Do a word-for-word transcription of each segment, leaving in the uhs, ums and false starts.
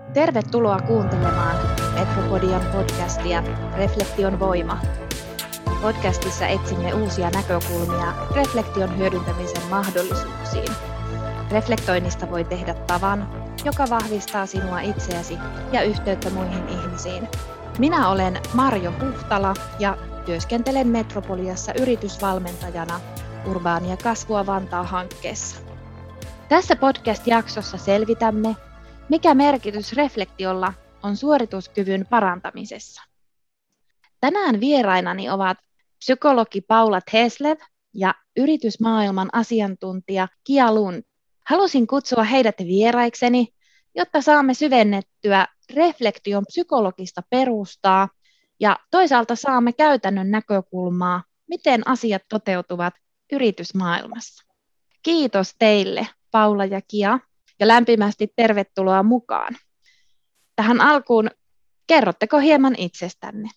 Tervetuloa kuuntelemaan Metropodian podcastia Reflektion voima. Podcastissa etsimme uusia näkökulmia reflektion hyödyntämisen mahdollisuuksiin. Reflektoinnista voi tehdä tavan, joka vahvistaa sinua itseäsi ja yhteyttä muihin ihmisiin. Minä olen Marjo Huhtala ja työskentelen Metropoliassa yritysvalmentajana Urbaania kasvua Vantaa-hankkeessa. Tässä podcast-jaksossa selvitämme, mikä merkitys reflektiolla on suorituskyvyn parantamisessa. Tänään vierainani ovat psykologi Paula Teslev ja yritysmaailman asiantuntija Kia Lund. Halusin kutsua heidät vieraikseni, jotta saamme syvennettyä reflektion psykologista perustaa ja toisaalta saamme käytännön näkökulmaa, miten asiat toteutuvat yritysmaailmassa. Kiitos teille, Paula ja Kia, ja lämpimästi tervetuloa mukaan. Tähän alkuun, kerrotteko hieman itsestänne?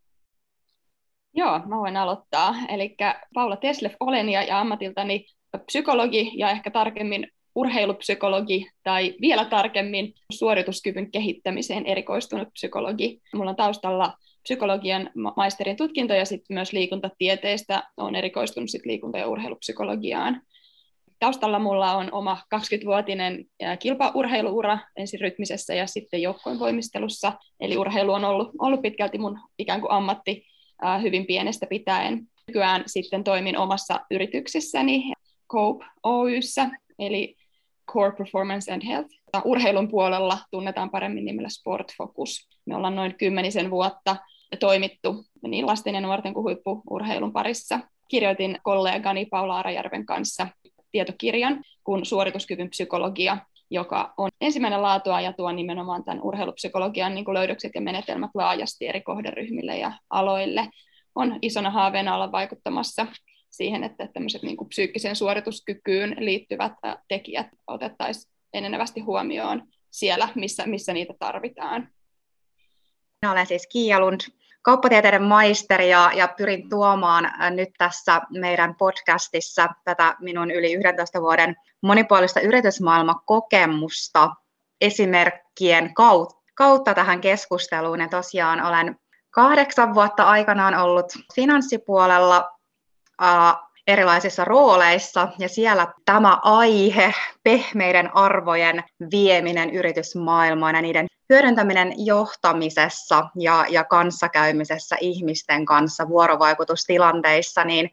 Joo, mä voin aloittaa. Eli Paula Teslev olen ja, ja ammatiltani psykologi ja ehkä tarkemmin urheilupsykologi tai vielä tarkemmin suorituskyvyn kehittämiseen erikoistunut psykologi. Mulla on taustalla psykologian maisterin tutkinto ja sitten myös liikuntatieteestä olen erikoistunut sit liikunta- ja urheilupsykologiaan. Taustalla mulla on oma kaksikymmenvuotinen kilpaurheiluura ensin rytmisessä ja sitten joukkojen voimistelussa. Eli urheilu on ollut, ollut pitkälti mun ikään kuin ammatti äh, hyvin pienestä pitäen. Nykyään sitten toimin omassa yrityksessäni Cope Oy:ssä, eli Core Performance and Health. Urheilun puolella tunnetaan paremmin nimellä Sport Focus. Me ollaan noin kymmenisen vuotta toimittu niin lasten ja nuorten kuin huippu-urheilun parissa. Kirjoitin kollegani Paula Arajärven kanssa tietokirjan kuin suorituskyvyn psykologia, joka on ensimmäinen laatua ja tuo nimenomaan tämän urheilupsykologian niin kuin löydökset ja menetelmät laajasti eri kohderyhmille ja aloille. On isona haaveena olla vaikuttamassa siihen, että tämmöiset niin kuin psyykkiseen suorituskykyyn liittyvät tekijät otettaisiin enenevästi huomioon siellä, missä, missä niitä tarvitaan. Minä olen siis Kia Lund, kauppatieteiden maisteri ja, ja pyrin tuomaan nyt tässä meidän podcastissa tätä minun yli yhdentoista vuoden monipuolista yritysmaailmakokemusta esimerkkien kautta, kautta tähän keskusteluun. Ja tosiaan olen kahdeksan vuotta aikanaan ollut finanssipuolella äh, erilaisissa rooleissa ja siellä tämä aihe, pehmeiden arvojen vieminen yritysmaailmaan ja niiden hyödyntäminen johtamisessa ja, ja kanssakäymisessä ihmisten kanssa vuorovaikutustilanteissa niin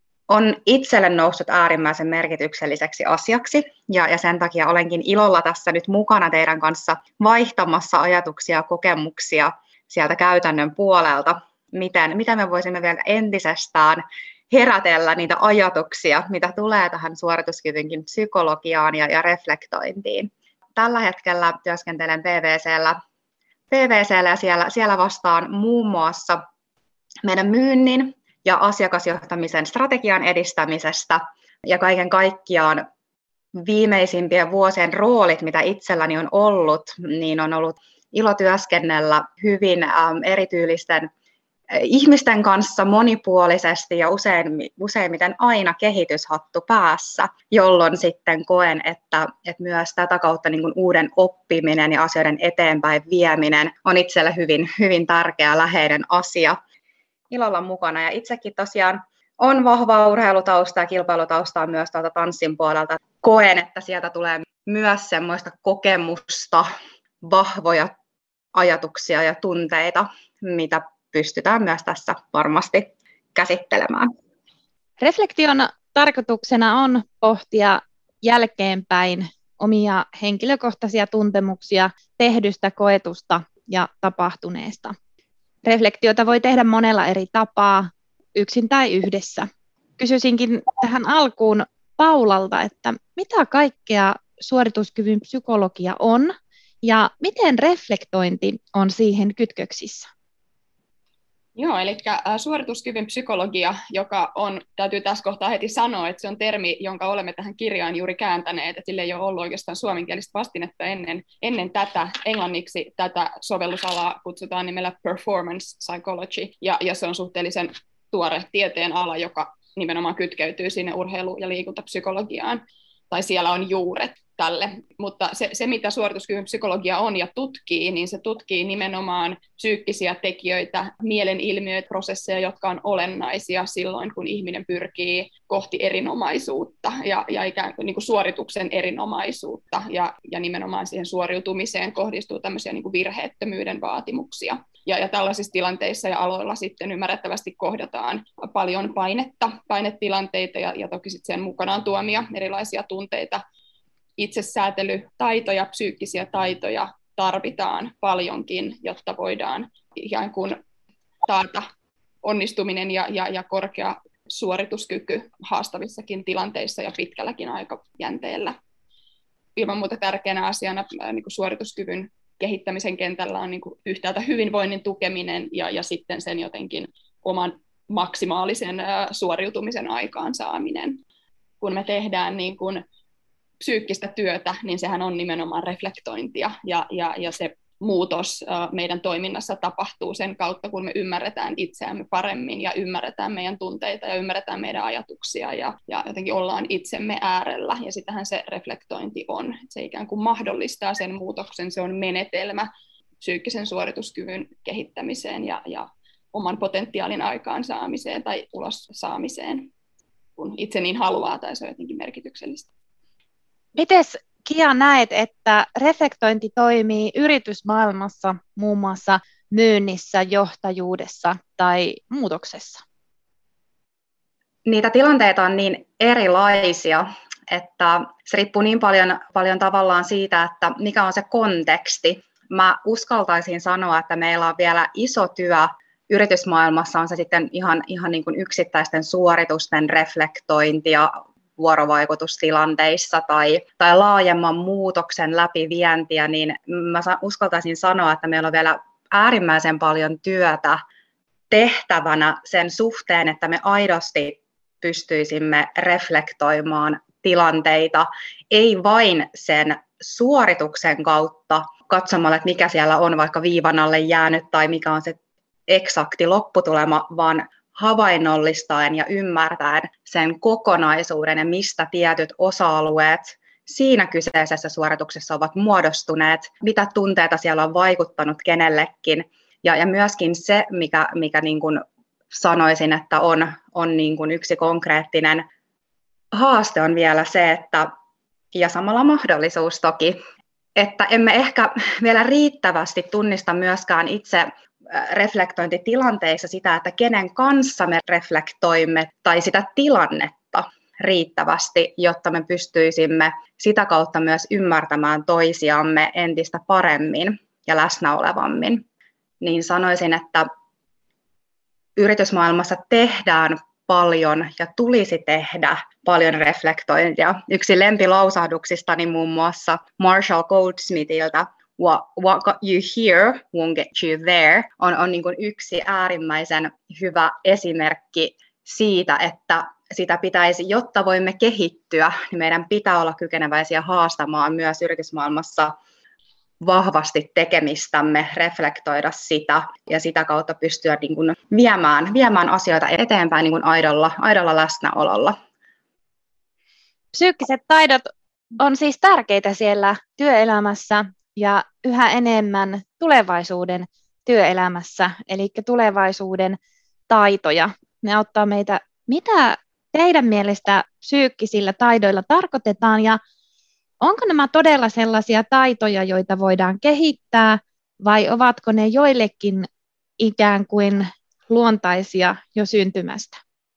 on itselle noussut äärimmäisen merkitykselliseksi asiaksi ja, ja sen takia olenkin ilolla tässä nyt mukana teidän kanssa vaihtamassa ajatuksia ja kokemuksia sieltä käytännön puolelta, miten, miten me voisimme vielä entisestään herätellä niitä ajatuksia, mitä tulee tähän suorituskyvynkin psykologiaan ja, ja reflektointiin. Tällä hetkellä työskentelen P V C:llä, P V C:llä ja siellä, siellä vastaan muun muassa meidän myynnin ja asiakasjohtamisen strategian edistämisestä ja kaiken kaikkiaan viimeisimpien vuosien roolit, mitä itselläni on ollut, niin on ollut ilo työskennellä hyvin ähm, erityylisten ihmisten kanssa monipuolisesti ja usein, useimmiten aina kehityshattu päässä, jolloin sitten koen, että, että myös tätä kautta niin kuin uuden oppiminen ja asioiden eteenpäin vieminen on itselle hyvin, hyvin tärkeä läheinen asia. Ilolla mukana ja itsekin tosiaan on vahvaa urheilutausta ja kilpailutaustaa myös tuolta tanssin puolelta. Koen, että sieltä tulee myös semmoista kokemusta, vahvoja ajatuksia ja tunteita, mitä pystytään myös tässä varmasti käsittelemään. Reflektion tarkoituksena on pohtia jälkeenpäin omia henkilökohtaisia tuntemuksia tehdystä, koetusta ja tapahtuneesta. Reflektiota voi tehdä monella eri tapaa, yksin tai yhdessä. Kysyisinkin tähän alkuun Paulalta, että mitä kaikkea suorituskyvyn psykologia on ja miten reflektointi on siihen kytköksissä? Joo, eli suorituskyvyn psykologia, joka on, täytyy tässä kohtaa heti sanoa, että se on termi, jonka olemme tähän kirjaan juuri kääntäneet, että sillä ei ole ollut oikeastaan suomenkielistä vastinetta ennen, ennen tätä. Englanniksi tätä sovellusalaa kutsutaan nimellä performance psychology, ja, ja se on suhteellisen tuore tieteen ala, joka nimenomaan kytkeytyy sinne urheilu- ja liikuntapsykologiaan, tai siellä on juuret. tälle, mutta se, se, mitä suorituskyvyn psykologia on ja tutkii, niin se tutkii nimenomaan psyykkisiä tekijöitä, mielenilmiöitä, prosesseja, jotka on olennaisia silloin, kun ihminen pyrkii kohti erinomaisuutta ja, ja ikään kuin, niin kuin suorituksen erinomaisuutta, ja, ja nimenomaan siihen suoriutumiseen kohdistuu tämmöisiä niin kuin virheettömyyden vaatimuksia. Ja, ja tällaisissa tilanteissa ja aloilla sitten ymmärrettävästi kohdataan paljon painetta, painetilanteita ja, ja toki sitten sen mukanaan tuomia erilaisia tunteita. Itsesäätelytaitoja, psyykkisiä taitoja tarvitaan paljonkin, jotta voidaan ikään kuin taata onnistuminen ja, ja, ja korkea suorituskyky haastavissakin tilanteissa ja pitkälläkin aikajänteellä. Ilman muuta tärkeänä asiana niin kuin suorituskyvyn kehittämisen kentällä on niin kuin yhtäältä hyvinvoinnin tukeminen ja, ja sitten sen jotenkin oman maksimaalisen ä, suoriutumisen aikaansaaminen. Kun me tehdään niin kuin psyykkistä työtä, niin sehän on nimenomaan reflektointia, ja, ja, ja se muutos ä, meidän toiminnassa tapahtuu sen kautta, kun me ymmärretään itseämme paremmin ja ymmärretään meidän tunteita ja ymmärretään meidän ajatuksia ja, ja jotenkin ollaan itsemme äärellä, ja sitähän se reflektointi on. Se ikään kuin mahdollistaa sen muutoksen, se on menetelmä psyykkisen suorituskyvyn kehittämiseen ja, ja oman potentiaalin aikaansaamiseen tai ulos saamiseen, kun itse niin haluaa tai se on jotenkin merkityksellistä. Mites Kia näet, että reflektointi toimii yritysmaailmassa muun muassa myynnissä, johtajuudessa tai muutoksessa? Niitä tilanteita on niin erilaisia, että se riippuu niin paljon, paljon tavallaan siitä, että mikä on se konteksti. Mä uskaltaisin sanoa, että meillä on vielä iso työ yritysmaailmassa, on se sitten ihan, ihan niin kuin yksittäisten suoritusten reflektointia vuorovaikutustilanteissa tai, tai laajemman muutoksen läpivientiä, niin mä uskaltaisin sanoa, että meillä on vielä äärimmäisen paljon työtä tehtävänä sen suhteen, että me aidosti pystyisimme reflektoimaan tilanteita, ei vain sen suorituksen kautta katsomalla, että mikä siellä on vaikka viivan alle jäänyt tai mikä on se eksakti lopputulema, vaan havainnollistaen ja ymmärtäen sen kokonaisuuden ja mistä tietyt osa-alueet siinä kyseisessä suorituksessa ovat muodostuneet, mitä tunteita siellä on vaikuttanut kenellekin. Ja, ja myöskin se, mikä, mikä niin kuin sanoisin, että on, on niin kuin yksi konkreettinen haaste on vielä se, että, ja samalla mahdollisuus toki, että emme ehkä vielä riittävästi tunnista myöskään itse reflektointitilanteissa sitä, että kenen kanssa me reflektoimme tai sitä tilannetta riittävästi, jotta me pystyisimme sitä kautta myös ymmärtämään toisiamme entistä paremmin ja läsnäolevammin. Niin sanoisin, että yritysmaailmassa tehdään paljon ja tulisi tehdä paljon reflektointia. Yksi lempilausahduksistani muun muassa Marshall Goldsmithiltä, What, what got you here won't get you there, on, on niin kuin yksi äärimmäisen hyvä esimerkki siitä, että sitä pitäisi, jotta voimme kehittyä, niin meidän pitää olla kykeneväisiä haastamaan myös yritysmaailmassa vahvasti tekemistämme, reflektoida sitä ja sitä kautta pystyä niin kuin viemään, viemään asioita eteenpäin niin kuin aidolla, aidolla läsnäololla. Psyykkiset taidot on siis tärkeitä siellä työelämässä ja yhä enemmän tulevaisuuden työelämässä, eli tulevaisuuden taitoja. Ne auttaa meitä, mitä teidän mielestä psyykkisillä taidoilla tarkoitetaan ja onko nämä todella sellaisia taitoja, joita voidaan kehittää vai ovatko ne joillekin ikään kuin luontaisia jo syntymästä?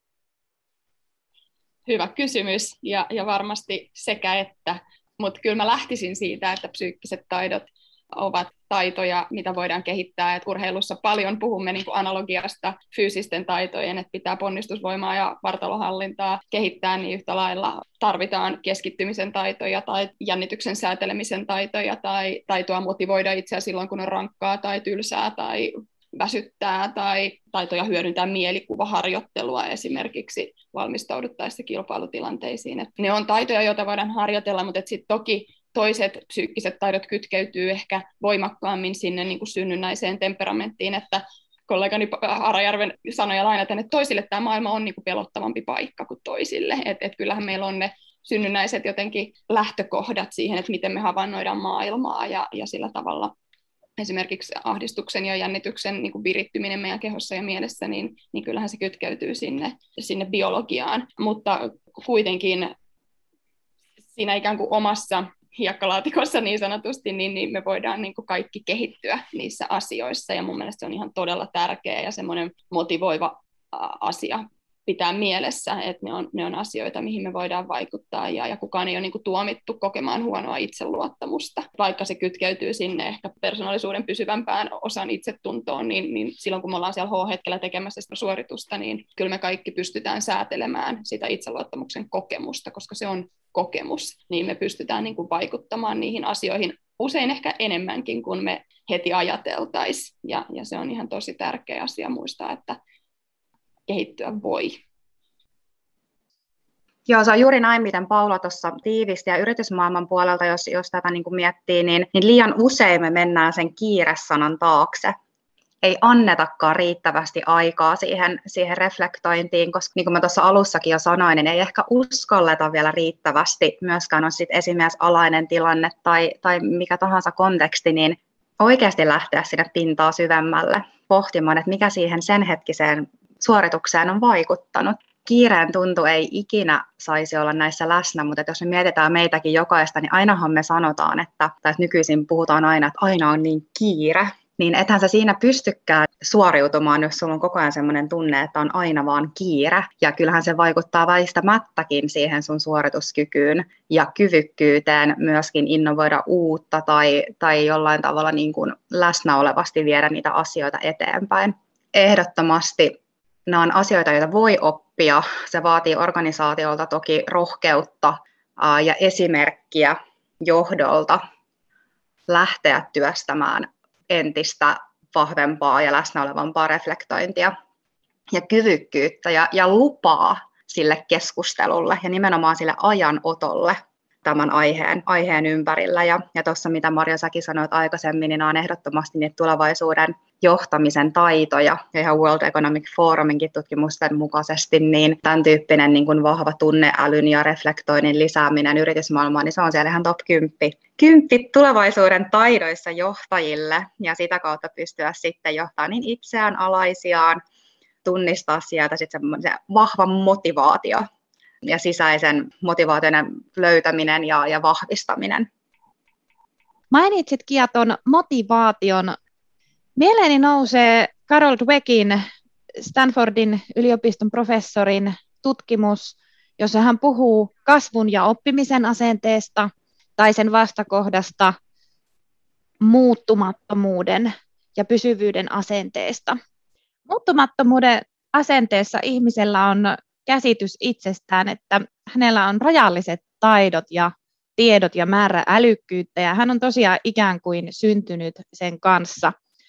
Hyvä kysymys ja, ja varmasti sekä että, mutta kyllä mä lähtisin siitä, että psyykkiset taidot ovat taitoja, mitä voidaan kehittää. Et urheilussa paljon puhumme niin kuin analogiasta fyysisten taitojen, että pitää ponnistusvoimaa ja vartalohallintaa kehittää, niin yhtä lailla tarvitaan keskittymisen taitoja tai jännityksen säätelemisen taitoja tai taitoa motivoida itseä silloin, kun on rankkaa tai tylsää tai väsyttää tai taitoja hyödyntää mielikuvaharjoittelua esimerkiksi valmistauduttaessa kilpailutilanteisiin. Et ne on taitoja, joita voidaan harjoitella, mutta sitten toki toiset psyykkiset taidot kytkeytyy ehkä voimakkaammin sinne niin kuin synnynnäiseen temperamenttiin, että kollegani Arajärven sanoja lainaten, että toisille tämä maailma on niin kuin pelottavampi paikka kuin toisille. Että et kyllähän meillä on ne synnynnäiset jotenkin lähtökohdat siihen, että miten me havainnoidaan maailmaa ja, ja sillä tavalla esimerkiksi ahdistuksen ja jännityksen niin kuin virittyminen meidän kehossa ja mielessä, niin, niin kyllähän se kytkeytyy sinne, sinne biologiaan, mutta kuitenkin siinä ikään kuin omassa hiekkalaatikossa niin sanotusti, niin, niin me voidaan niin kuin kaikki kehittyä niissä asioissa, ja mun mielestä se on ihan todella tärkeä ja semmoinen motivoiva asia pitää mielessä, että ne on, ne on asioita, mihin me voidaan vaikuttaa, ja, ja kukaan ei ole niin kuin tuomittu kokemaan huonoa itseluottamusta, vaikka se kytkeytyy sinne ehkä persoonallisuuden pysyvämpään osan itsetuntoon, niin, niin silloin kun me ollaan siellä H-hetkellä tekemässä sitä suoritusta, niin kyllä me kaikki pystytään säätelemään sitä itseluottamuksen kokemusta, koska se on kokemus, niin me pystytään niin kuin vaikuttamaan niihin asioihin usein ehkä enemmänkin kuin me heti ajateltaisiin, ja, ja se on ihan tosi tärkeä asia muistaa, että kehittyä voi. Joo, se on juuri näin, miten Paula tuossa tiivisti, ja yritysmaailman puolelta, jos, jos tätä niin kuin miettii, niin, niin liian usein me mennään sen kiire-sanan taakse. Ei annetakaan riittävästi aikaa siihen, siihen reflektointiin, koska niin kuin mä tuossa alussakin jo sanoin, niin ei ehkä uskalleta vielä riittävästi, myöskään on sitten esimerkiksi alainen tilanne tai, tai mikä tahansa konteksti, niin oikeasti lähteä sinne pintaa syvemmälle pohtimaan, että mikä siihen sen hetkiseen suoritukseen on vaikuttanut. Kiireen tuntu ei ikinä saisi olla näissä läsnä, mutta jos me mietitään meitäkin jokaista, niin ainahan me sanotaan, että, tai nykyisin puhutaan aina, että aina on niin kiire, niin ethän sä siinä pystykään suoriutumaan, jos sulla on koko ajan sellainen tunne, että on aina vaan kiire. Ja kyllähän se vaikuttaa väistämättäkin siihen sun suorituskykyyn ja kyvykkyyteen myöskin innovoida uutta tai, tai jollain tavalla niin kuin läsnä olevasti viedä niitä asioita eteenpäin. Ehdottomasti nämä on asioita, joita voi oppia. Se vaatii organisaatiolta toki rohkeutta ja esimerkkiä johdolta lähteä työstämään entistä vahvempaa ja läsnä olevampaa reflektointia ja kyvykkyyttä ja, ja lupaa sille keskustelulle ja nimenomaan sille ajanotolle tämän aiheen, aiheen ympärillä. Ja, ja tuossa, mitä Marja säkin sanoit aikaisemmin, niin nämä on ehdottomasti niitä tulevaisuuden johtamisen taitoja, ja ihan World Economic Foruminkin tutkimusten mukaisesti, niin tämän tyyppinen niin kuin vahva tunneälyn ja reflektoinnin lisääminen yritysmaailmaan, niin se on siellä ihan top kymmenen. Kymppi tulevaisuuden taidoissa johtajille, ja sitä kautta pystyä sitten johtamaan niin itseään, alaisiaan, tunnistaa sieltä sitten se vahva motivaatio ja sisäisen motivaation löytäminen ja, ja vahvistaminen. Mainitsit Kia ton motivaation. Mieleeni nousee Carol Dweckin, Stanfordin yliopiston professorin tutkimus, jossa hän puhuu kasvun ja oppimisen asenteesta tai sen vastakohdasta muuttumattomuuden ja pysyvyyden asenteesta. Muuttumattomuuden asenteessa ihmisellä on käsitys itsestään, että hänellä on rajalliset taidot ja tiedot ja määrä älykkyyttä, ja hän on tosiaan ikään kuin syntynyt sen kanssa.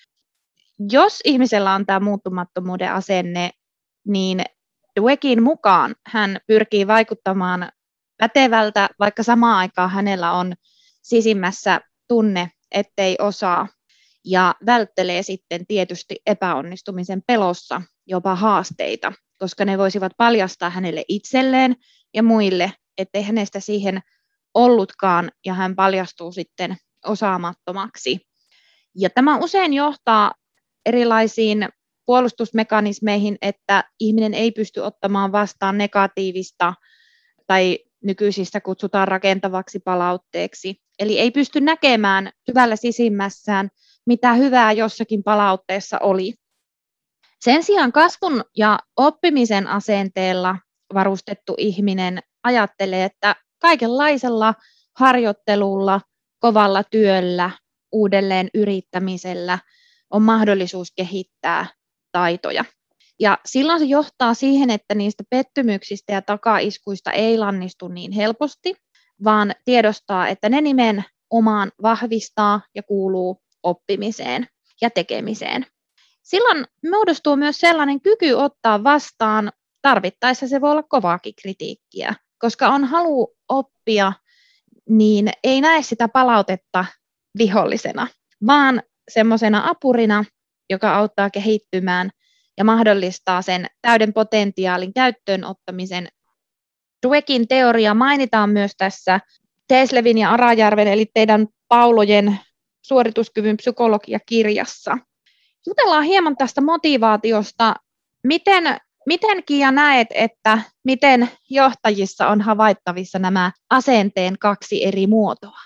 Jos ihmisellä on tämä muuttumattomuuden asenne, niin Dweckin mukaan hän pyrkii vaikuttamaan pätevältä, vaikka samaan aikaan hänellä on sisimmässä tunne, ettei osaa, ja välttelee sitten tietysti epäonnistumisen pelossa jopa haasteita, koska ne voisivat paljastaa hänelle itselleen ja muille, ettei hänestä siihen ollutkaan, ja hän paljastuu sitten osaamattomaksi. Ja tämä usein johtaa erilaisiin puolustusmekanismeihin, että ihminen ei pysty ottamaan vastaan negatiivista tai nykyisistä kutsutaan rakentavaksi palautteeksi. Eli ei pysty näkemään syvällä sisimmässään, mitä hyvää jossakin palautteessa oli. Sen sijaan kasvun ja oppimisen asenteella varustettu ihminen ajattelee, että kaikenlaisella harjoittelulla, kovalla työllä, uudelleen yrittämisellä on mahdollisuus kehittää taitoja. Ja silloin se johtaa siihen, että niistä pettymyksistä ja takaiskuista ei lannistu niin helposti, vaan tiedostaa, että ne nimenomaan vahvistaa ja kuuluu oppimiseen ja tekemiseen. Silloin muodostuu myös sellainen kyky ottaa vastaan, tarvittaessa se voi olla kovaakin kritiikkiä, koska on halu oppia, niin ei näe sitä palautetta vihollisena, vaan semmoisena apurina, joka auttaa kehittymään ja mahdollistaa sen täyden potentiaalin käyttöön ottamisen Dweckin teoria mainitaan myös tässä Teslevin ja Arajärven, eli teidän Paulojen suorituskyvyn psykologia-kirjassa. Jutellaan hieman tästä motivaatiosta. Miten, miten Kiia näet, että miten johtajissa on havaittavissa nämä asenteen kaksi eri muotoa?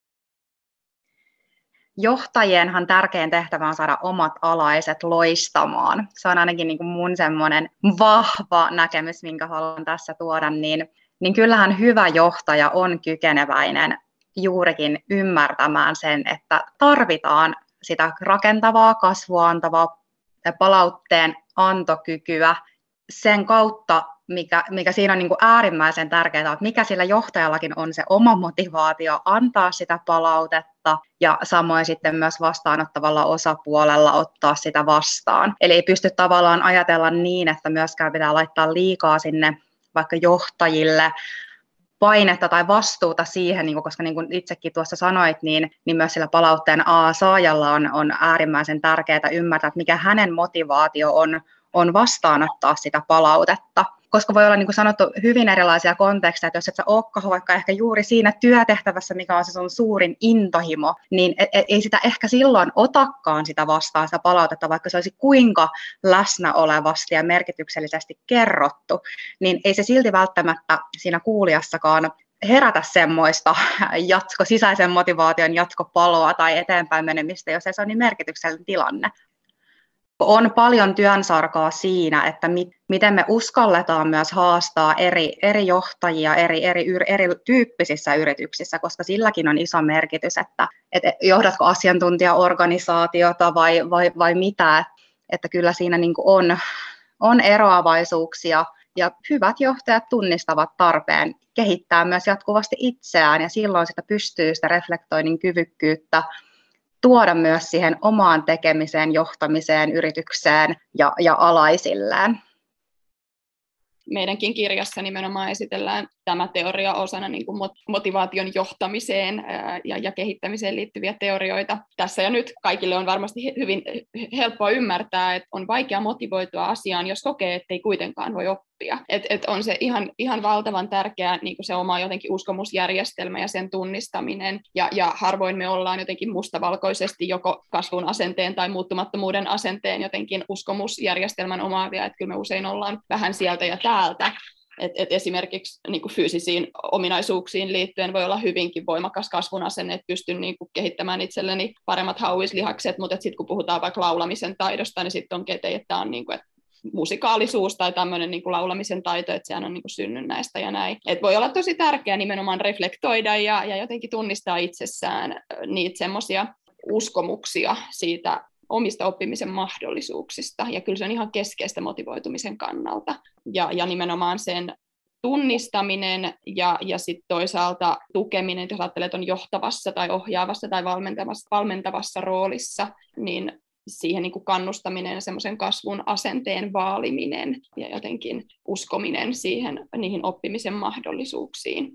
Johtajienhan tärkein tehtävä on saada omat alaiset loistamaan. Se on ainakin niin kuin mun semmoinen vahva näkemys, minkä haluan tässä tuoda, niin, niin kyllähän hyvä johtaja on kykeneväinen juurikin ymmärtämään sen, että tarvitaan sitä rakentavaa, kasvua antavaa palautteen antokykyä sen kautta, mikä, mikä siinä on niin kuin äärimmäisen tärkeää, että mikä sillä johtajallakin on se oma motivaatio antaa sitä palautetta ja samoin sitten myös vastaanottavalla osapuolella ottaa sitä vastaan. Eli ei pysty tavallaan ajatella niin, että myöskään pitää laittaa liikaa sinne vaikka johtajille painetta tai vastuuta siihen, koska niin kuin itsekin tuossa sanoit, niin, niin myös sillä palautteen saajalla on, on äärimmäisen tärkeää ymmärtää, että mikä hänen motivaatio on, on vastaanottaa sitä palautetta. Koska voi olla niin kuin sanottu hyvin erilaisia konteksteja, että jos et sä olekaan vaikka ehkä juuri siinä työtehtävässä, mikä on se sun suurin intohimo, niin ei sitä ehkä silloin otakaan sitä vastaan sitä palautetta, vaikka se olisi kuinka läsnä olevasti ja merkityksellisesti kerrottu, niin ei se silti välttämättä siinä kuulijassakaan herätä semmoista jatko, sisäisen motivaation jatkopaloa tai eteenpäin menemistä, jos ei se ole niin merkityksellinen tilanne. On paljon työnsarkaa siinä, että mit, miten me uskalletaan myös haastaa eri, eri johtajia eri, eri, eri tyyppisissä yrityksissä, koska silläkin on iso merkitys, että, että johdatko asiantuntijaorganisaatiota vai, vai, vai mitä, että kyllä siinä niin kuin on, on eroavaisuuksia ja hyvät johtajat tunnistavat tarpeen kehittää myös jatkuvasti itseään ja silloin sitä pystyy sitä reflektoinnin kyvykkyyttä tuoda myös siihen omaan tekemiseen, johtamiseen, yritykseen ja, ja alaisilleen. Meidänkin kirjassa nimenomaan esitellään tämä teoria osana niin kuin motivaation johtamiseen ja, ja kehittämiseen liittyviä teorioita. Tässä ja nyt kaikille on varmasti hyvin helppoa ymmärtää, että on vaikea motivoitua asiaan, jos kokee, että ei kuitenkaan voi oppia. Et, et on se ihan, ihan valtavan tärkeää niin kuin se oma jotenkin uskomusjärjestelmä ja sen tunnistaminen. Ja, ja harvoin me ollaan jotenkin mustavalkoisesti joko kasvun asenteen tai muuttumattomuuden asenteen jotenkin uskomusjärjestelmän omaavia, että kyllä me usein ollaan vähän sieltä ja täältä. Et, et esimerkiksi niin kuin fyysisiin ominaisuuksiin liittyen voi olla hyvinkin voimakas kasvun asenne, että pystyn niin kuin kehittämään itselleni paremmat hauislihakset, mutta sitten kun puhutaan vaikka laulamisen taidosta, niin sitten onkin, että tämä on niin kuin, että musikaalisuus tai tämmöinen niin kuin laulamisen taito, että sehän on niin kuin synnynnäistä ja näin. Et voi olla tosi tärkeää nimenomaan reflektoida ja, ja jotenkin tunnistaa itsessään niitä semmoisia uskomuksia siitä omista oppimisen mahdollisuuksista, ja kyllä se on ihan keskeistä motivoitumisen kannalta. Ja, ja nimenomaan sen tunnistaminen ja, ja sitten toisaalta tukeminen, jos ajattelee, että on johtavassa tai ohjaavassa tai valmentavassa, valmentavassa roolissa, niin siihen niin kuin kannustaminen ja semmoisen kasvun asenteen vaaliminen ja jotenkin uskominen siihen, niihin oppimisen mahdollisuuksiin.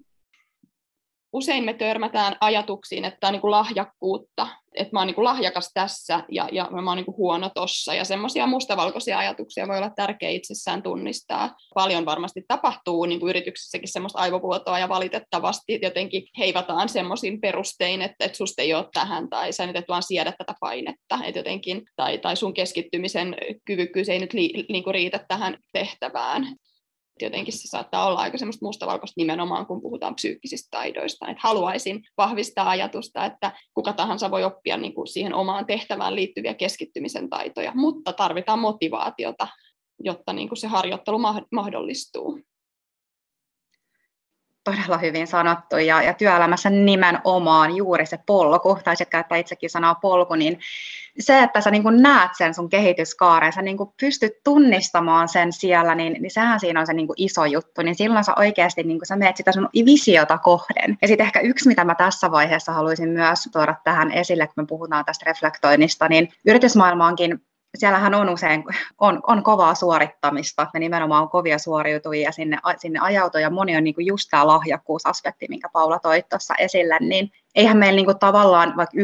Usein me törmätään ajatuksiin, että tämä on niin kuin lahjakkuutta, että mä oon niin kuin lahjakas tässä ja, ja mä oon niin kuin huono tossa. Ja semmoisia mustavalkoisia ajatuksia voi olla tärkeä itsessään tunnistaa. Paljon varmasti tapahtuu niin kuin yrityksissäkin semmoista aivovuotoa ja valitettavasti jotenkin heivataan semmoisin perustein, että, että susta ei ole tähän tai sä nyt et vaan siedä tätä painetta. Että jotenkin, tai, tai sun keskittymisen kyvykkyys ei nyt li, niin kuin riitä tähän tehtävään. Jotenkin se saattaa olla aika semmoista mustavalkoista nimenomaan, kun puhutaan psyykkisistä taidoista. Että haluaisin vahvistaa ajatusta, että kuka tahansa voi oppia niin kuin siihen omaan tehtävään liittyviä keskittymisen taitoja, mutta tarvitaan motivaatiota, jotta niin kuin se harjoittelu mahdollistuu. Todella hyvin sanottu, ja, ja työelämässä nimenomaan juuri se polku, tai sitten käyttää itsekin sanaa polku, niin se, että sä niin kun näet sen sun kehityskaaren, sä niin kun pystyt tunnistamaan sen siellä, niin, niin sehän siinä on se niin kun iso juttu, niin silloin sä oikeasti niin kun sä meet sitä sun visiota kohden. Ja sitten ehkä yksi, mitä mä tässä vaiheessa haluaisin myös tuoda tähän esille, kun me puhutaan tästä reflektoinnista, niin yritysmaailmaankin siellähän on usein on, on kovaa suorittamista, me nimenomaan on kovia suoriutujia sinne, sinne ajautuu, ja moni on niin kuin just tämä lahjakkuusaspekti, minkä Paula toi tuossa esille, niin eihän meillä niin kuin tavallaan vaikka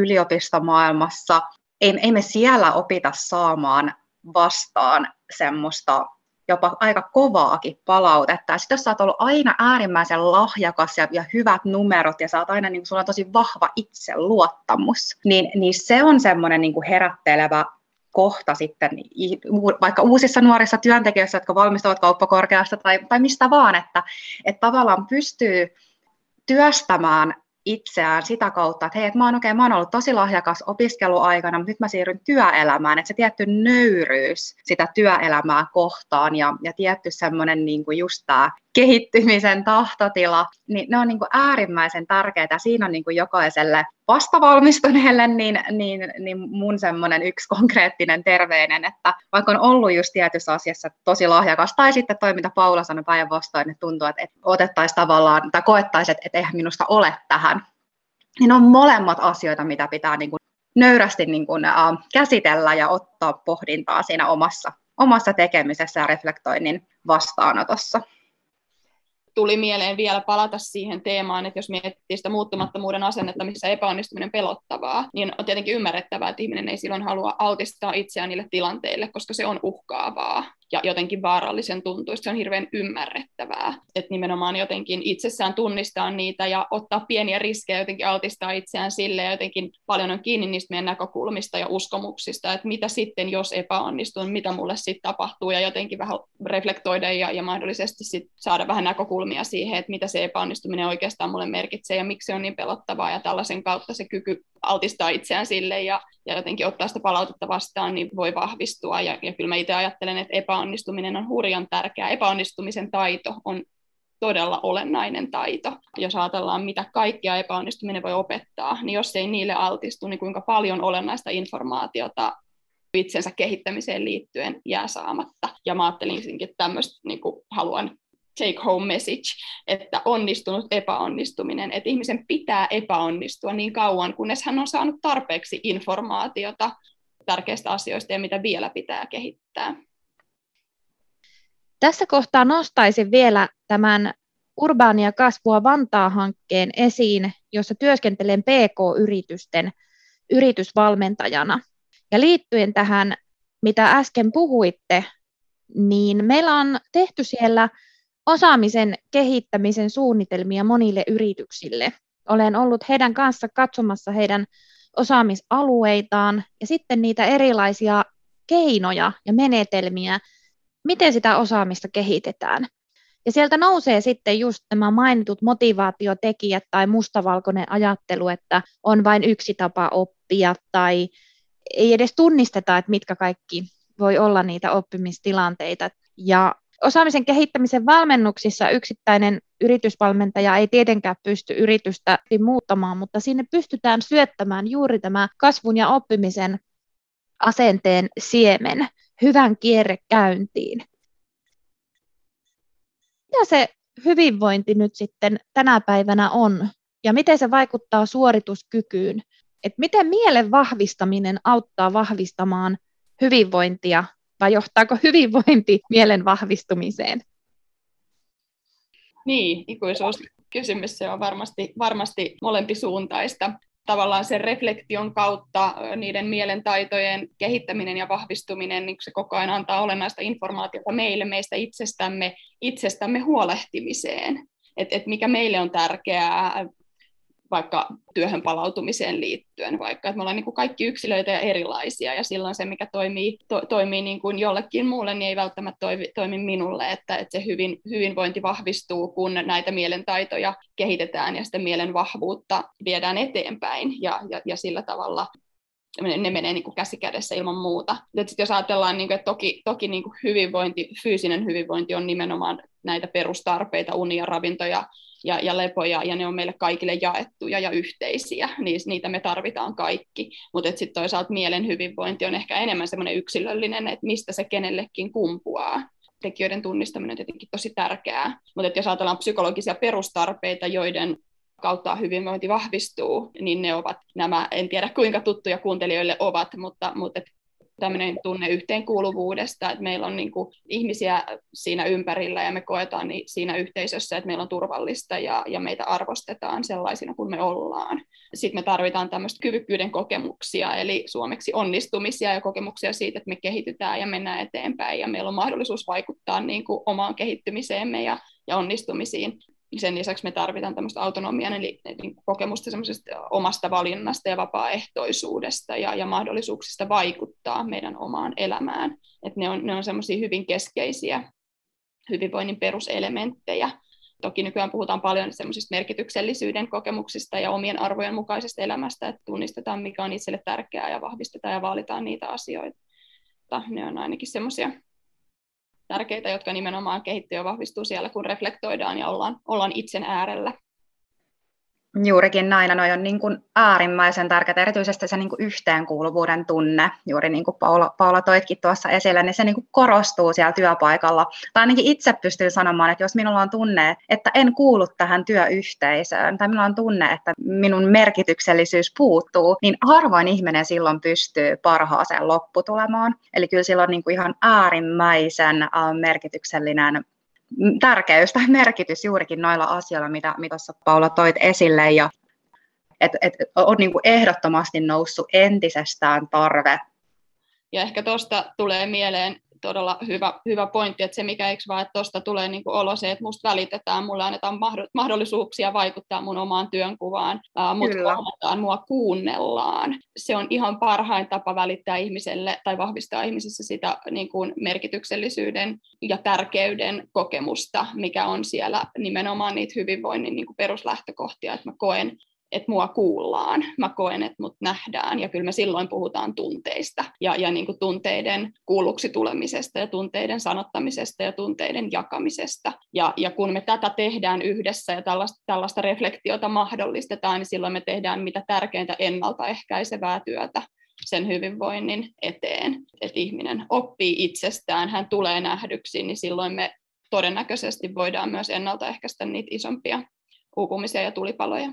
yliopistomaailmassa, ei, ei me siellä opita saamaan vastaan semmoista jopa aika kovaakin palautetta. Sitten jos sä oot ollut aina äärimmäisen lahjakas ja, ja hyvät numerot ja sä oot aina, niin sulla on tosi vahva itseluottamus, niin, niin se on semmoinen niin herättelevä kohta sitten vaikka uusissa nuorissa työntekijöissä, jotka valmistuvat kauppakorkeasta tai, tai mistä vaan, että, että tavallaan pystyy työstämään itseään sitä kautta, että hei, että mä oon, okay, mä oon ollut tosi lahjakas opiskeluaikana, mutta nyt mä siirryn työelämään, että se tietty nöyryys sitä työelämää kohtaan ja, ja tietty semmoinen niin kuin just tämä kehittymisen tahtotila, niin ne on niin kuin äärimmäisen tärkeitä. Siinä on niin kuin jokaiselle vastavalmistuneelle niin, niin, niin mun semmoinen yksi konkreettinen terveinen, että vaikka on ollut just tietyssä asiassa tosi lahjakas, tai sitten toi, mitä Paula sanoi päinvastoin, että tuntuu, että otettaisiin tavallaan, tai koettaisiin, että eihän minusta ole tähän, niin on molemmat asioita, mitä pitää niin kuin nöyrästi niin kuin, äh, käsitellä ja ottaa pohdintaa siinä omassa, omassa tekemisessä ja reflektoinnin vastaanotossa. Tuli mieleen vielä palata siihen teemaan, että jos miettii sitä muuttumattomuuden asennetta, missä epäonnistuminen pelottavaa, niin on tietenkin ymmärrettävää, että ihminen ei silloin halua altistaa itseään niille tilanteille, koska se on uhkaavaa ja jotenkin vaarallisen tuntuista. Se on hirveän ymmärrettävää, että nimenomaan jotenkin itsessään tunnistaa niitä ja ottaa pieniä riskejä, jotenkin altistaa itseään sille ja jotenkin paljon on kiinni niistä meidän näkökulmista ja uskomuksista, että mitä sitten, jos epäonnistun, mitä mulle sitten tapahtuu ja jotenkin vähän reflektoida ja, ja mahdollisesti sit saada vähän näkökulmia siihen, että mitä se epäonnistuminen oikeastaan mulle merkitsee ja miksi se on niin pelottavaa ja tällaisen kautta se kyky altistaa itseään sille ja, ja jotenkin ottaa sitä palautetta vastaan, niin voi vahvistua. Ja, ja kyllä mä itse ajattelen, että epäonnistuminen on hurjan tärkeää. Epäonnistumisen taito on todella olennainen taito. Jos ajatellaan, mitä kaikkea epäonnistuminen voi opettaa, niin jos ei niille altistu, niin kuinka paljon olennaista informaatiota itsensä kehittämiseen liittyen jää saamatta. Ja mä ajattelinkin, että tämmöistä niin kuin haluan take home message, että onnistunut epäonnistuminen, että ihmisen pitää epäonnistua niin kauan, kunnes hän on saanut tarpeeksi informaatiota tärkeistä asioista ja mitä vielä pitää kehittää. Tässä kohtaa nostaisin vielä tämän Urbaania kasvua Vantaa-hankkeen esiin, jossa työskentelen P K-yritysten yritysvalmentajana. Ja liittyen tähän, mitä äsken puhuitte, niin meillä on tehty siellä osaamisen kehittämisen suunnitelmia monille yrityksille. Olen ollut heidän kanssa katsomassa heidän osaamisalueitaan ja sitten niitä erilaisia keinoja ja menetelmiä, miten sitä osaamista kehitetään. Ja sieltä nousee sitten just nämä mainitut motivaatiotekijät tai mustavalkoinen ajattelu, että on vain yksi tapa oppia tai ei edes tunnisteta, että mitkä kaikki voi olla niitä oppimistilanteita. Ja osaamisen kehittämisen valmennuksissa yksittäinen yritysvalmentaja ei tietenkään pysty yritystä muuttamaan, mutta sinne pystytään syöttämään juuri tämä kasvun ja oppimisen asenteen siemen hyvän kierrekäyntiin. Mitä se hyvinvointi nyt sitten tänä päivänä on ja miten se vaikuttaa suorituskykyyn? Et miten mielen vahvistaminen auttaa vahvistamaan hyvinvointia vai johtaako hyvinvointi mielen vahvistumiseen? Niin, ikuisuuskysymys, se on varmasti, varmasti molempisuuntaista. Tavallaan sen reflektion kautta niiden mielentaitojen kehittäminen ja vahvistuminen, niin se koko ajan antaa olennaista informaatiota meille, meistä itsestämme, itsestämme huolehtimiseen. Että et mikä meille on tärkeää vaikka työhön palautumiseen liittyen, vaikka että me ollaan niin kuin kaikki yksilöitä ja erilaisia, ja silloin se, mikä toimii, to, toimii niin kuin jollekin muulle, niin ei välttämättä toimi, toimi minulle, että, että se hyvin, hyvinvointi vahvistuu, kun näitä mielentaitoja kehitetään ja sitä mielen vahvuutta viedään eteenpäin, ja, ja, ja sillä tavalla ne menee niin kuin käsi kädessä ilman muuta. Sitten jos ajatellaan, niin kuin, että toki, toki niin kuin hyvinvointi, fyysinen hyvinvointi on nimenomaan näitä perustarpeita, unia, ravintoja, Ja, ja lepoja, ja ne on meille kaikille jaettuja ja yhteisiä, niin niitä me tarvitaan kaikki. Mutta sitten toisaalta mielen hyvinvointi on ehkä enemmän semmoinen yksilöllinen, että mistä se kenellekin kumpuaa. Tekijöiden tunnistaminen on tietenkin tosi tärkeää. Mutta jos ajatellaan psykologisia perustarpeita, joiden kautta hyvinvointi vahvistuu, niin ne ovat nämä, en tiedä kuinka tuttuja kuuntelijoille ovat, mutta, mutta tämmöinen tunne yhteenkuuluvuudesta, että meillä on niin kuin ihmisiä siinä ympärillä ja me koetaan niin siinä yhteisössä, että meillä on turvallista ja, ja meitä arvostetaan sellaisina kuin me ollaan. Sitten me tarvitaan tämmöistä kyvykkyyden kokemuksia, eli suomeksi onnistumisia ja kokemuksia siitä, että me kehitytään ja mennään eteenpäin ja meillä on mahdollisuus vaikuttaa niin kuin omaan kehittymiseemme ja, ja onnistumisiin. Sen lisäksi me tarvitaan tämmöistä autonomian, eli, eli kokemusta semmoisesta omasta valinnasta ja vapaaehtoisuudesta ja, ja mahdollisuuksista vaikuttaa meidän omaan elämään. Et ne on, ne on semmoisia hyvin keskeisiä hyvinvoinnin peruselementtejä. Toki nykyään puhutaan paljon semmoisista merkityksellisyyden kokemuksista ja omien arvojen mukaisesta elämästä, että tunnistetaan, mikä on itselle tärkeää ja vahvistetaan ja vaalitaan niitä asioita. Ne on ainakin semmoisia tärkeitä, jotka nimenomaan kehittyy ja vahvistuu siellä, kun reflektoidaan ja ollaan, ollaan itsen äärellä. Juurikin näin, noi on niin kuin äärimmäisen tärkeää, erityisesti se niin kuin yhteenkuuluvuuden tunne, juuri niin kuin Paula, Paula toitkin tuossa esille, niin se niin kuin korostuu siellä työpaikalla. Tai ainakin itse pystyn sanomaan, että jos minulla on tunne, että en kuulu tähän työyhteisöön, tai minulla on tunne, että minun merkityksellisyys puuttuu, niin harvoin ihminen silloin pystyy parhaaseen lopputulemaan. Eli kyllä sillä on niin kuin ihan äärimmäisen merkityksellinen tärkeys tai merkitys juurikin noilla asioilla, mitä, mitä Paula toit esille, ja et, et, on niin kuin ehdottomasti noussut entisestään tarve. Ja ehkä tuosta tulee mieleen todella hyvä, hyvä pointti, että se mikä eikö vaan, että tuosta tulee niin kuin olo se, että musta välitetään, mulle annetaan mahdollisuuksia vaikuttaa mun omaan työnkuvaan, mut huomataan, mua kuunnellaan. Se on ihan parhain tapa välittää ihmiselle tai vahvistaa ihmisessä sitä niin kuin merkityksellisyyden ja tärkeyden kokemusta, mikä on siellä nimenomaan niitä hyvinvoinnin niin kuin peruslähtökohtia, että mä koen, että mua kuullaan, mä koen, että mut nähdään, ja kyllä me silloin puhutaan tunteista, ja, ja niin kuin tunteiden kuulluksi tulemisesta, ja tunteiden sanottamisesta, ja tunteiden jakamisesta, ja, ja kun me tätä tehdään yhdessä, ja tällaista, tällaista reflektiota mahdollistetaan, niin silloin me tehdään mitä tärkeintä ennaltaehkäisevää työtä sen hyvinvoinnin eteen, että ihminen oppii itsestään, hän tulee nähdyksi, niin silloin me todennäköisesti voidaan myös ennaltaehkäistä niitä isompia uupumisia ja tulipaloja.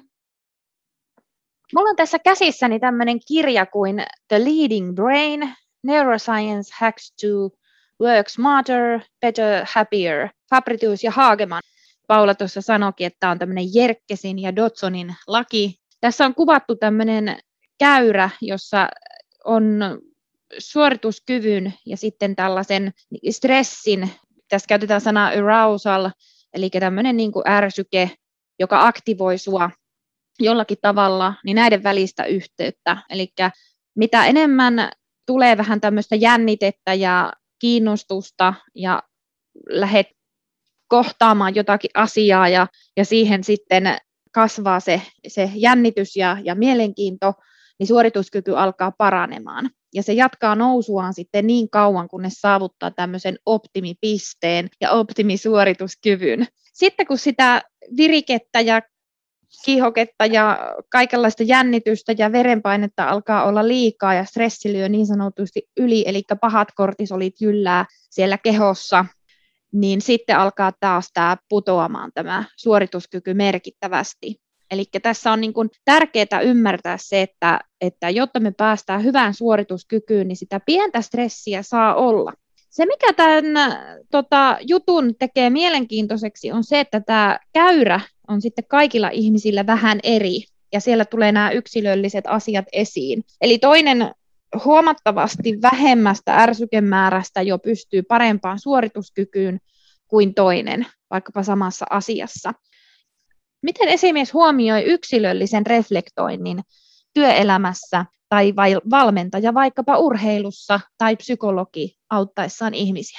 Mulla on tässä käsissäni tämmöinen kirja kuin The Leading Brain, Neuroscience Hacks to Work Smarter, Better, Happier, Fabritius ja Hageman. Paula tuossa sanoikin, että tämä on tämmöinen Jerkesin ja Dodsonin laki. Tässä on kuvattu tämmöinen käyrä, jossa on suorituskyvyn ja sitten tällaisen stressin, tässä käytetään sanaa arousal, eli tämmöinen niin kuin ärsyke, joka aktivoi sua jollakin tavalla, niin näiden välistä yhteyttä. Eli mitä enemmän tulee vähän tämmöistä jännitettä ja kiinnostusta ja lähdet kohtaamaan jotakin asiaa ja, ja siihen sitten kasvaa se, se jännitys ja, ja mielenkiinto, niin suorituskyky alkaa paranemaan. Ja se jatkaa nousuaan sitten niin kauan, kunnes saavuttaa tämmöisen optimipisteen ja optimisuorituskyvyn. Sitten kun sitä virikettä ja kiihoketta ja kaikenlaista jännitystä ja verenpainetta alkaa olla liikaa ja stressi lyö niin sanotusti yli, eli pahat kortisolit jyllää siellä kehossa, niin sitten alkaa taas tämä putoamaan tämä suorituskyky merkittävästi. Eli tässä on niin kuin tärkeää ymmärtää se, että, että jotta me päästään hyvään suorituskykyyn, niin sitä pientä stressiä saa olla. Se, mikä tämän tota, jutun tekee mielenkiintoiseksi, on se, että tämä käyrä on sitten kaikilla ihmisillä vähän eri, ja siellä tulee nämä yksilölliset asiat esiin. Eli toinen huomattavasti vähemmästä ärsykemäärästä jo pystyy parempaan suorituskykyyn kuin toinen, vaikkapa samassa asiassa. Miten esimies huomioi yksilöllisen reflektoinnin työelämässä tai valmentaja vaikkapa urheilussa tai psykologi auttaessaan ihmisiä?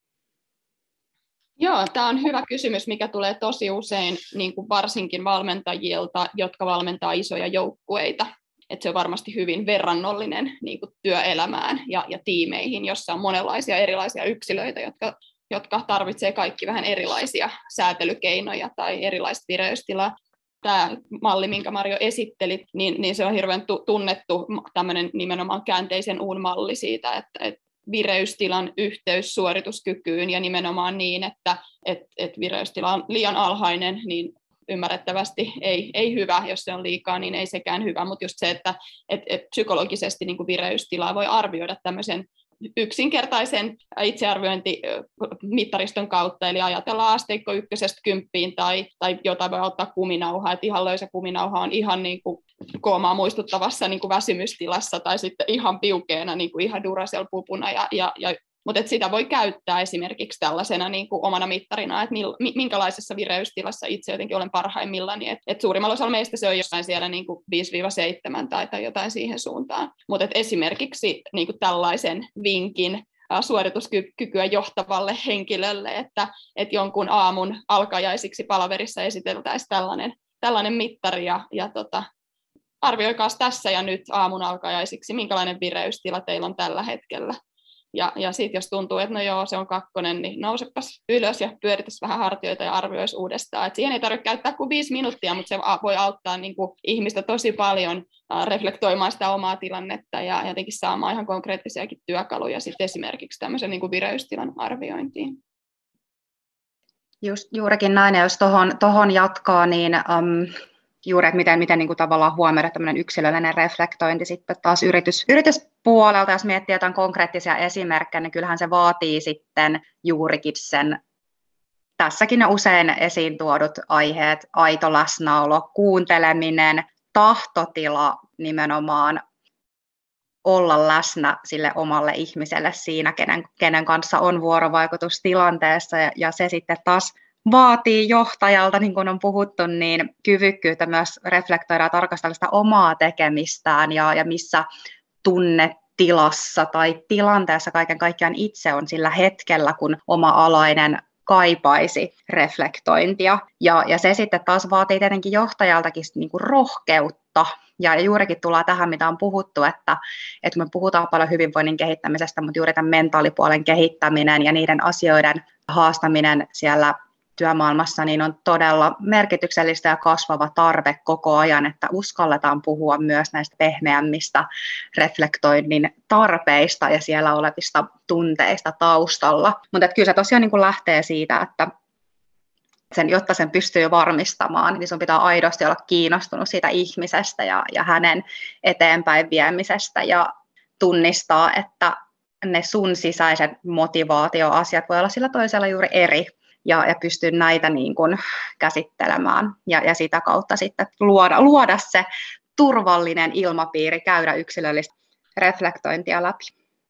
Joo, tämä on hyvä kysymys, mikä tulee tosi usein niin kuin varsinkin valmentajilta, jotka valmentaa isoja joukkueita. Et se on varmasti hyvin verrannollinen niin kuin työelämään ja, ja tiimeihin, jossa on monenlaisia erilaisia yksilöitä, jotka, jotka tarvitsee kaikki vähän erilaisia säätelykeinoja tai erilaista vireystilaa. Tämä malli, minkä Marjo esittelit, niin, niin se on hirveän tunnettu tämmöinen nimenomaan käänteisen uun malli siitä, että, että vireystilan yhteys suorituskykyyn ja nimenomaan niin, että et, et vireystila on liian alhainen, niin ymmärrettävästi ei, ei hyvä, jos se on liikaa, niin ei sekään hyvä, mutta just se, että et, et psykologisesti niin kuin vireystilaa voi arvioida tämmöisen yksinkertaisen itsearviointimittariston kautta, eli ajatellaan asteikko ykkösestä kymppiin, tai, tai jotain voi ottaa kuminauhaa, että ihan löysä kuminauha on ihan niin kuin koomaa muistuttavassa niin kuin väsymystilassa, tai sitten ihan piukeena, niin kuin ihan Duracell-pupuna, ja, ja, ja mutta sitä voi käyttää esimerkiksi tällaisena niin kuin omana mittarina, että mil, minkälaisessa vireystilassa itse jotenkin olen parhaimmillaan. Että et suurimmalla osalla meistä se on jossain siellä niin kuin viisi seitsemän tai, tai jotain siihen suuntaan. Mutta esimerkiksi niin kuin tällaisen vinkin suorituskykyä johtavalle henkilölle, että et jonkun aamun alkajaisiksi palaverissa esiteltäisiin tällainen, tällainen mittari ja, ja tota, arvioikaas tässä ja nyt aamun alkajaisiksi, minkälainen vireystila teillä on tällä hetkellä. Ja, ja sitten jos tuntuu, että no joo, se on kakkonen, niin nousepas ylös ja pyöritäs vähän hartioita ja arvioisi uudestaan. Et siihen ei tarvitse käyttää kuin viisi minuuttia, mutta se voi auttaa niin kuin ihmistä tosi paljon reflektoimaan sitä omaa tilannetta ja jotenkin saamaan ihan konkreettisiakin työkaluja sitten esimerkiksi tämmöisen niin kuin vireystilan arviointiin. Just, juurikin näin, ja jos tuohon jatkaa, niin um, juuri, että miten, miten niin kuin tavallaan huomioida tämmöinen yksilöllinen reflektointi sitten taas yritys, yrityspuolelta, jos miettii jotain konkreettisia esimerkkejä, niin kyllähän se vaatii sitten juurikin sen, tässäkin ne usein esiin tuodut aiheet, aito läsnäolo, kuunteleminen, tahtotila nimenomaan olla läsnä sille omalle ihmiselle siinä, kenen, kenen kanssa on vuorovaikutus tilanteessa, ja, ja se sitten taas vaatii johtajalta, niin kuin on puhuttu, niin kyvykkyyttä myös reflektoida ja tarkastella sitä omaa tekemistään ja, ja missä tunnetilassa tai tilanteessa kaiken kaikkiaan itse on sillä hetkellä, kun oma alainen kaipaisi reflektointia. Ja, ja se sitten taas vaatii tietenkin johtajaltakin niin kuin rohkeutta. Ja, ja juurikin tullaan tähän, mitä on puhuttu, että, että me puhutaan paljon hyvinvoinnin kehittämisestä, mutta juuri tämän mentaalipuolen kehittäminen ja niiden asioiden haastaminen siellä työmaailmassa niin on todella merkityksellistä ja kasvava tarve koko ajan, että uskalletaan puhua myös näistä pehmeämmistä reflektoinnin tarpeista ja siellä olevista tunteista taustalla. Mutta kyllä se tosiaan niin kuin lähtee siitä, että sen, jotta sen pystyy varmistamaan, niin sun pitää aidosti olla kiinnostunut siitä ihmisestä ja, ja hänen eteenpäin viemisestä ja tunnistaa, että ne sun sisäiset motivaatioasiat voi olla sillä toisella juuri eri. Ja, ja pystyy näitä niin kuin käsittelemään ja, ja sitä kautta sitten luoda, luoda se turvallinen ilmapiiri, käydä yksilöllistä reflektointia läpi.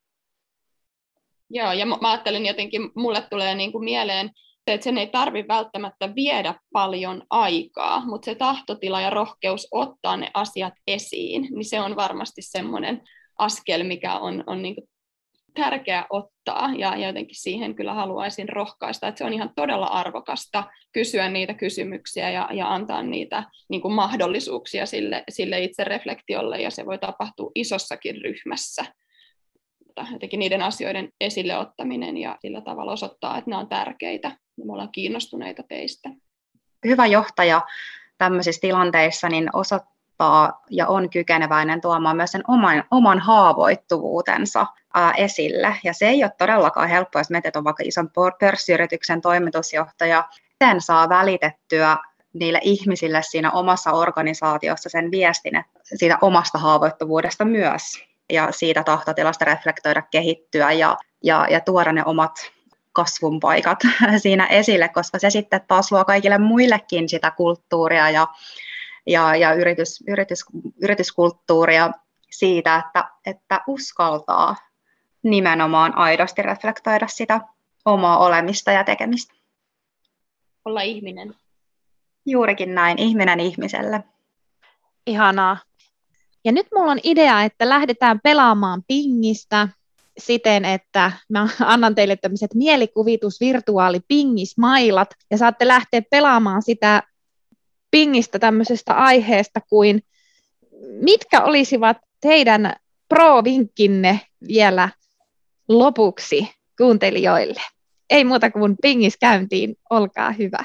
Joo, ja mä ajattelin jotenkin, mulle tulee niin kuin mieleen se, että sen ei tarvitse välttämättä viedä paljon aikaa, mutta se tahtotila ja rohkeus ottaa ne asiat esiin, niin se on varmasti semmoinen askel, mikä on, on niin kuin tärkeä ottaa ja jotenkin siihen kyllä haluaisin rohkaista, että se on ihan todella arvokasta kysyä niitä kysymyksiä ja, ja antaa niitä niin kuin mahdollisuuksia sille, sille itse reflektiolle ja se voi tapahtua isossakin ryhmässä. Jotenkin niiden asioiden esille ottaminen ja sillä tavalla osoittaa, että ne on tärkeitä ja me ollaan kiinnostuneita teistä. Hyvä johtaja tämmöisissä tilanteissa niin osoittaa ja on kykeneväinen tuomaan myös sen oman, oman haavoittuvuutensa ää, esille. Ja se ei ole todellakaan helppoa, jos mietit, on vaikka ison pörssiyrityksen toimitusjohtaja, miten saa välitettyä niille ihmisille siinä omassa organisaatiossa sen viestin, että siitä omasta haavoittuvuudesta myös ja siitä tahtotilasta reflektoida, kehittyä ja, ja, ja tuoda ne omat kasvun paikat siinä esille, koska se sitten taas luo kaikille muillekin sitä kulttuuria ja ja, ja yritys, yritys, yrityskulttuuria siitä, että, että uskaltaa nimenomaan aidosti reflektoida sitä omaa olemista ja tekemistä. Olla ihminen. Juurikin näin, ihminen ihmiselle. Ihanaa. Ja nyt mulla on idea, että lähdetään pelaamaan pingistä siten, että mä annan teille tämmöiset mielikuvitus, virtuaali pingismailat, ja saatte lähteä pelaamaan sitä pingistä tämmöisestä aiheesta kuin, mitkä olisivat teidän pro-vinkkinne vielä lopuksi kuuntelijoille? Ei muuta kuin pingis käyntiin, olkaa hyvä.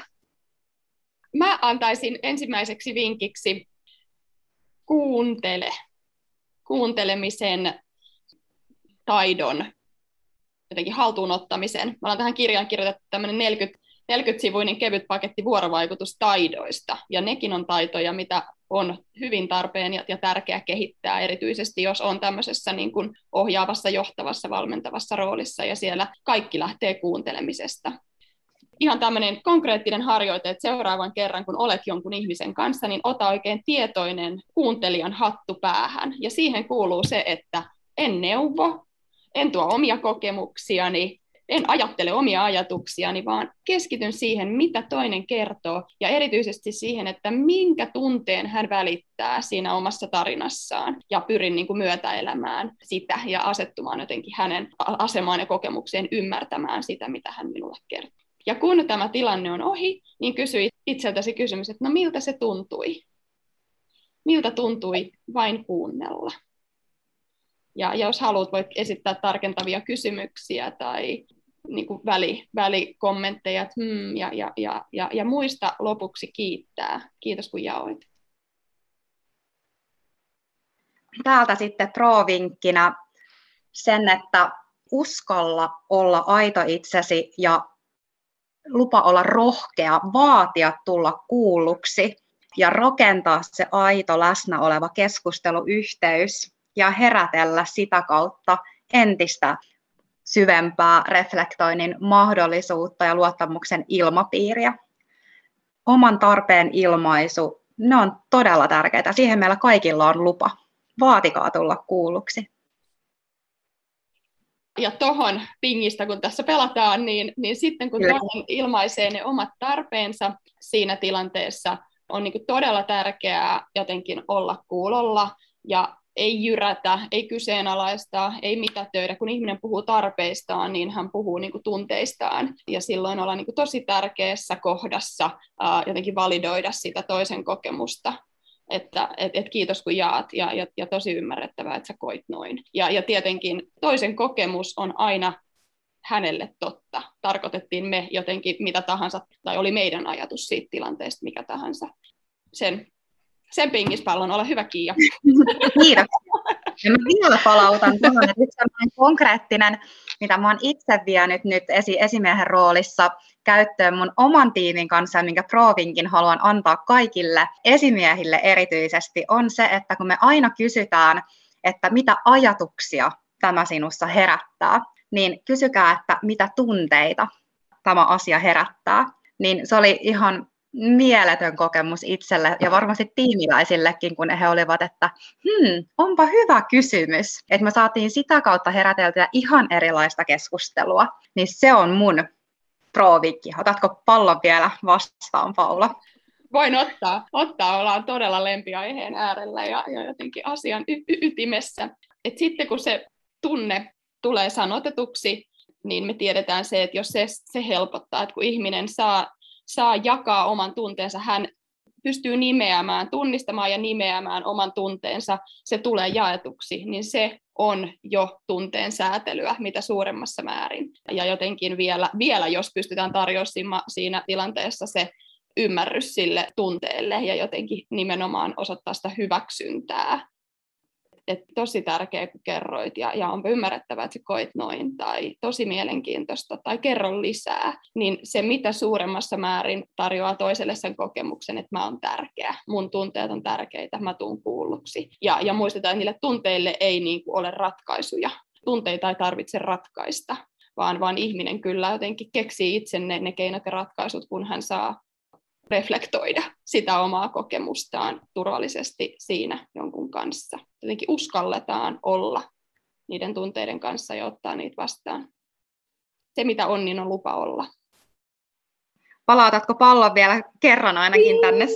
Mä antaisin ensimmäiseksi vinkiksi kuuntele. Kuuntelemisen taidon, jotenkin haltuunottamisen. Mä olen tähän kirjaan kirjoitettu tämmöinen neljäkymmentä neljäkymmentäsivuinen kevyt paketti vuorovaikutustaidoista, ja nekin on taitoja, mitä on hyvin tarpeen ja, ja tärkeää kehittää, erityisesti jos on tämmöisessä niin kuin ohjaavassa, johtavassa, valmentavassa roolissa, ja siellä kaikki lähtee kuuntelemisesta. Ihan tämmöinen konkreettinen harjoite, että seuraavan kerran, kun olet jonkun ihmisen kanssa, niin ota oikein tietoinen kuuntelijan hattu päähän, ja siihen kuuluu se, että en neuvo, en tuo omia kokemuksiani, en ajattele omia ajatuksiani, vaan keskityn siihen, mitä toinen kertoo, ja erityisesti siihen, että minkä tunteen hän välittää siinä omassa tarinassaan, ja pyrin niin kuin myötäelämään sitä ja asettumaan jotenkin hänen asemaan ja kokemukseen, ymmärtämään sitä, mitä hän minulle kertoo. Ja kun tämä tilanne on ohi, niin kysyi itseltäsi kysymys, että no miltä se tuntui? Miltä tuntui vain kuunnella? Ja jos haluat, voit esittää tarkentavia kysymyksiä tai niin kuin väli, välikommentteja, että hmm, ja, ja, ja, ja, ja muista lopuksi kiittää. Kiitos kun jaoit. Täältä sitten pro-vinkkinä sen, että uskalla olla aito itsesi ja lupa olla rohkea, vaatia tulla kuulluksi ja rakentaa se aito läsnä oleva keskusteluyhteys ja herätellä sitä kautta entistä syvempää reflektoinnin mahdollisuutta ja luottamuksen ilmapiiriä. Oman tarpeen ilmaisu, ne on todella tärkeää. Siihen meillä kaikilla on lupa. Vaatikaa tulla kuulluksi. Ja tohon pingistä, kun tässä pelataan, niin, niin sitten kun toinen ilmaisee ne omat tarpeensa siinä tilanteessa, on niin kuin todella tärkeää jotenkin olla kuulolla ja ei jyrätä, ei kyseenalaista, ei mitätöidä. Kun ihminen puhuu tarpeistaan, niin hän puhuu niin kuin tunteistaan. Ja silloin ollaan niin kuin tosi tärkeässä kohdassa ää, jotenkin validoida sitä toisen kokemusta. Että et, et kiitos kun jaat ja, ja, ja tosi ymmärrettävää, että sä koit noin. Ja, ja tietenkin toisen kokemus on aina hänelle totta. Tarkoitettiin me jotenkin mitä tahansa, tai oli meidän ajatus siitä tilanteesta mikä tahansa. Sen, sen pingispallon, ole hyvä Kiia. Kiitos. Ja mä vielä palautan tuohon, että yksi sellainen konkreettinen, mitä mä oon itse vienyt nyt esi- esimiehen roolissa käyttöön mun oman tiimin kanssa, minkä pro-vinkin haluan antaa kaikille esimiehille erityisesti, on se, että kun me aina kysytään, että mitä ajatuksia tämä sinussa herättää, niin kysykää, että mitä tunteita tämä asia herättää. Niin se oli ihan mieletön kokemus itselle ja varmasti tiimiläisillekin, kun he olivat, että hmm, onpa hyvä kysymys. Että me saatiin sitä kautta heräteltyä ihan erilaista keskustelua. Niin se on mun pro-vinkki. Otatko pallon vielä vastaan, Paula? Voin ottaa. Ottaa. Ollaan todella lempiaiheen äärellä ja, ja jotenkin asian y- y- ytimessä. Et sitten kun se tunne tulee sanotetuksi, niin me tiedetään se, että jos se, se helpottaa, että kun ihminen saa saa jakaa oman tunteensa, hän pystyy nimeämään, tunnistamaan ja nimeämään oman tunteensa, se tulee jaetuksi, niin se on jo tunteen säätelyä mitä suuremmassa määrin. Ja jotenkin vielä, vielä jos pystytään tarjoamaan siinä tilanteessa se ymmärrys sille tunteelle ja jotenkin nimenomaan osoittaa sitä hyväksyntää. Et tosi tärkeä, kun kerroit, ja, ja onpa ymmärrettävää, että sä koit noin, tai tosi mielenkiintoista, tai kerro lisää, niin se mitä suuremmassa määrin tarjoaa toiselle sen kokemuksen, että mä oon tärkeä, mun tunteet on tärkeitä, mä tuun kuulluksi. Ja, ja muistetaan, että niille tunteille ei niin kuin ole ratkaisuja. Tunteita ei tarvitse ratkaista, vaan, vaan ihminen kyllä jotenkin keksii itse ne, ne keinot ja ratkaisut, kun hän saa reflektoida sitä omaa kokemustaan turvallisesti siinä jonkun kanssa. Jotenkin uskalletaan olla niiden tunteiden kanssa ja ottaa niitä vastaan. Se mitä on, niin on lupa olla. Palautatko pallon vielä kerran ainakin tänne?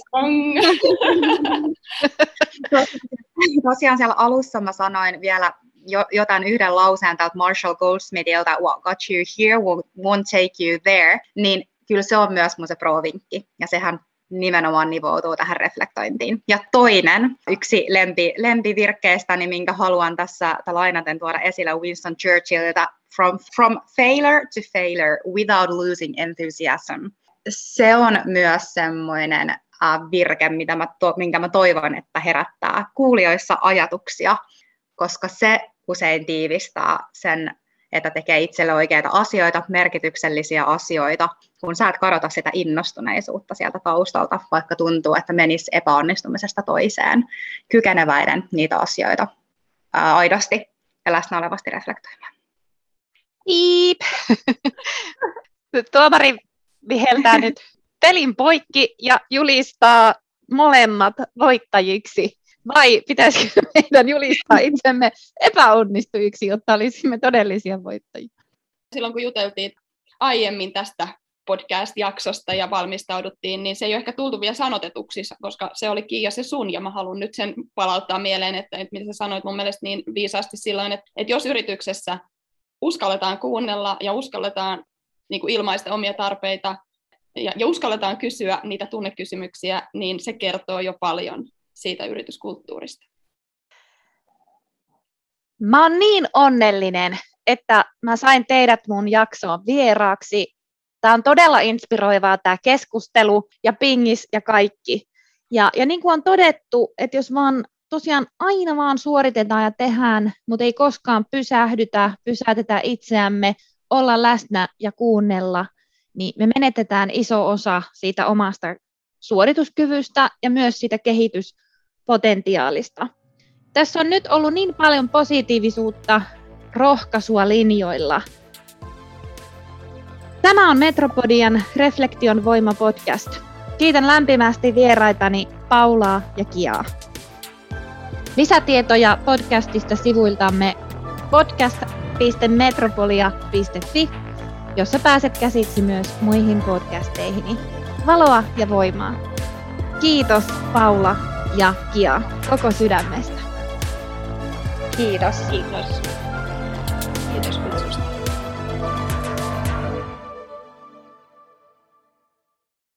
Tosiaan siellä alussa mä sanoin vielä jotain yhden lauseen täältä Marshall Goldsmithilta, what got you here won't take you there, niin kyllä se on myös mun se pro-vinkki, ja sehän nimenomaan nivoutuu tähän reflektointiin. Ja toinen, yksi lempi, lempivirkkeistäni, minkä haluan tässä lainaten tuoda esille Winston Churchillilta, from, from failure to failure without losing enthusiasm. Se on myös semmoinen äh, virke, mitä mä to, minkä mä toivon, että herättää kuulijoissa ajatuksia, koska se usein tiivistää sen että tekee itselle oikeita asioita, merkityksellisiä asioita, kun sä et kadota sitä innostuneisuutta sieltä taustalta, vaikka tuntuu, että menisi epäonnistumisesta toiseen, kykeneväinen niitä asioita ää, aidosti ja läsnä olevasti reflektoimaan. Iip. Tuomari viheltää nyt pelin poikki ja julistaa molemmat voittajiksi. Vai pitäisikö meidän julistaa itsemme epäonnistujiksi, jotta olisimme todellisia voittajia? Silloin kun juteltiin aiemmin tästä podcast-jaksosta ja valmistauduttiin, niin se ei ole ehkä tultu vielä sanotetuksi, koska se oli Kiia se sun, ja mä haluan nyt sen palauttaa mieleen, että, että mitä sä sanoit mun mielestä niin viisaasti silloin, että, että jos yrityksessä uskalletaan kuunnella ja uskalletaan niin kuin ilmaista omia tarpeita ja, ja uskalletaan kysyä niitä tunnekysymyksiä, niin se kertoo jo paljon siitä yrityskulttuurista. Mä oon niin onnellinen, että mä sain teidät mun jaksoon vieraaksi. Tää on todella inspiroivaa tää keskustelu ja pingis ja kaikki. Ja, ja niin kuin on todettu, että jos vaan tosiaan aina vaan suoritetaan ja tehdään, mutta ei koskaan pysähdytä, pysäytetä itseämme, olla läsnä ja kuunnella, niin me menetetään iso osa siitä omasta suorituskyvystä ja myös siitä kehityspotentiaalista. Tässä on nyt ollut niin paljon positiivisuutta, rohkaisua linjoilla. Tämä on Metropodian Reflektion voima podcast. Kiitän lämpimästi vieraitani Paulaa ja Kiaa. Lisätietoja podcastista sivuiltamme podcast piste metropolia piste fi, jossa pääset käsiksi myös muihin podcasteihini. Valoa ja voimaa. Kiitos Paula ja Kia koko sydämestä. Kiitos. Kiitos.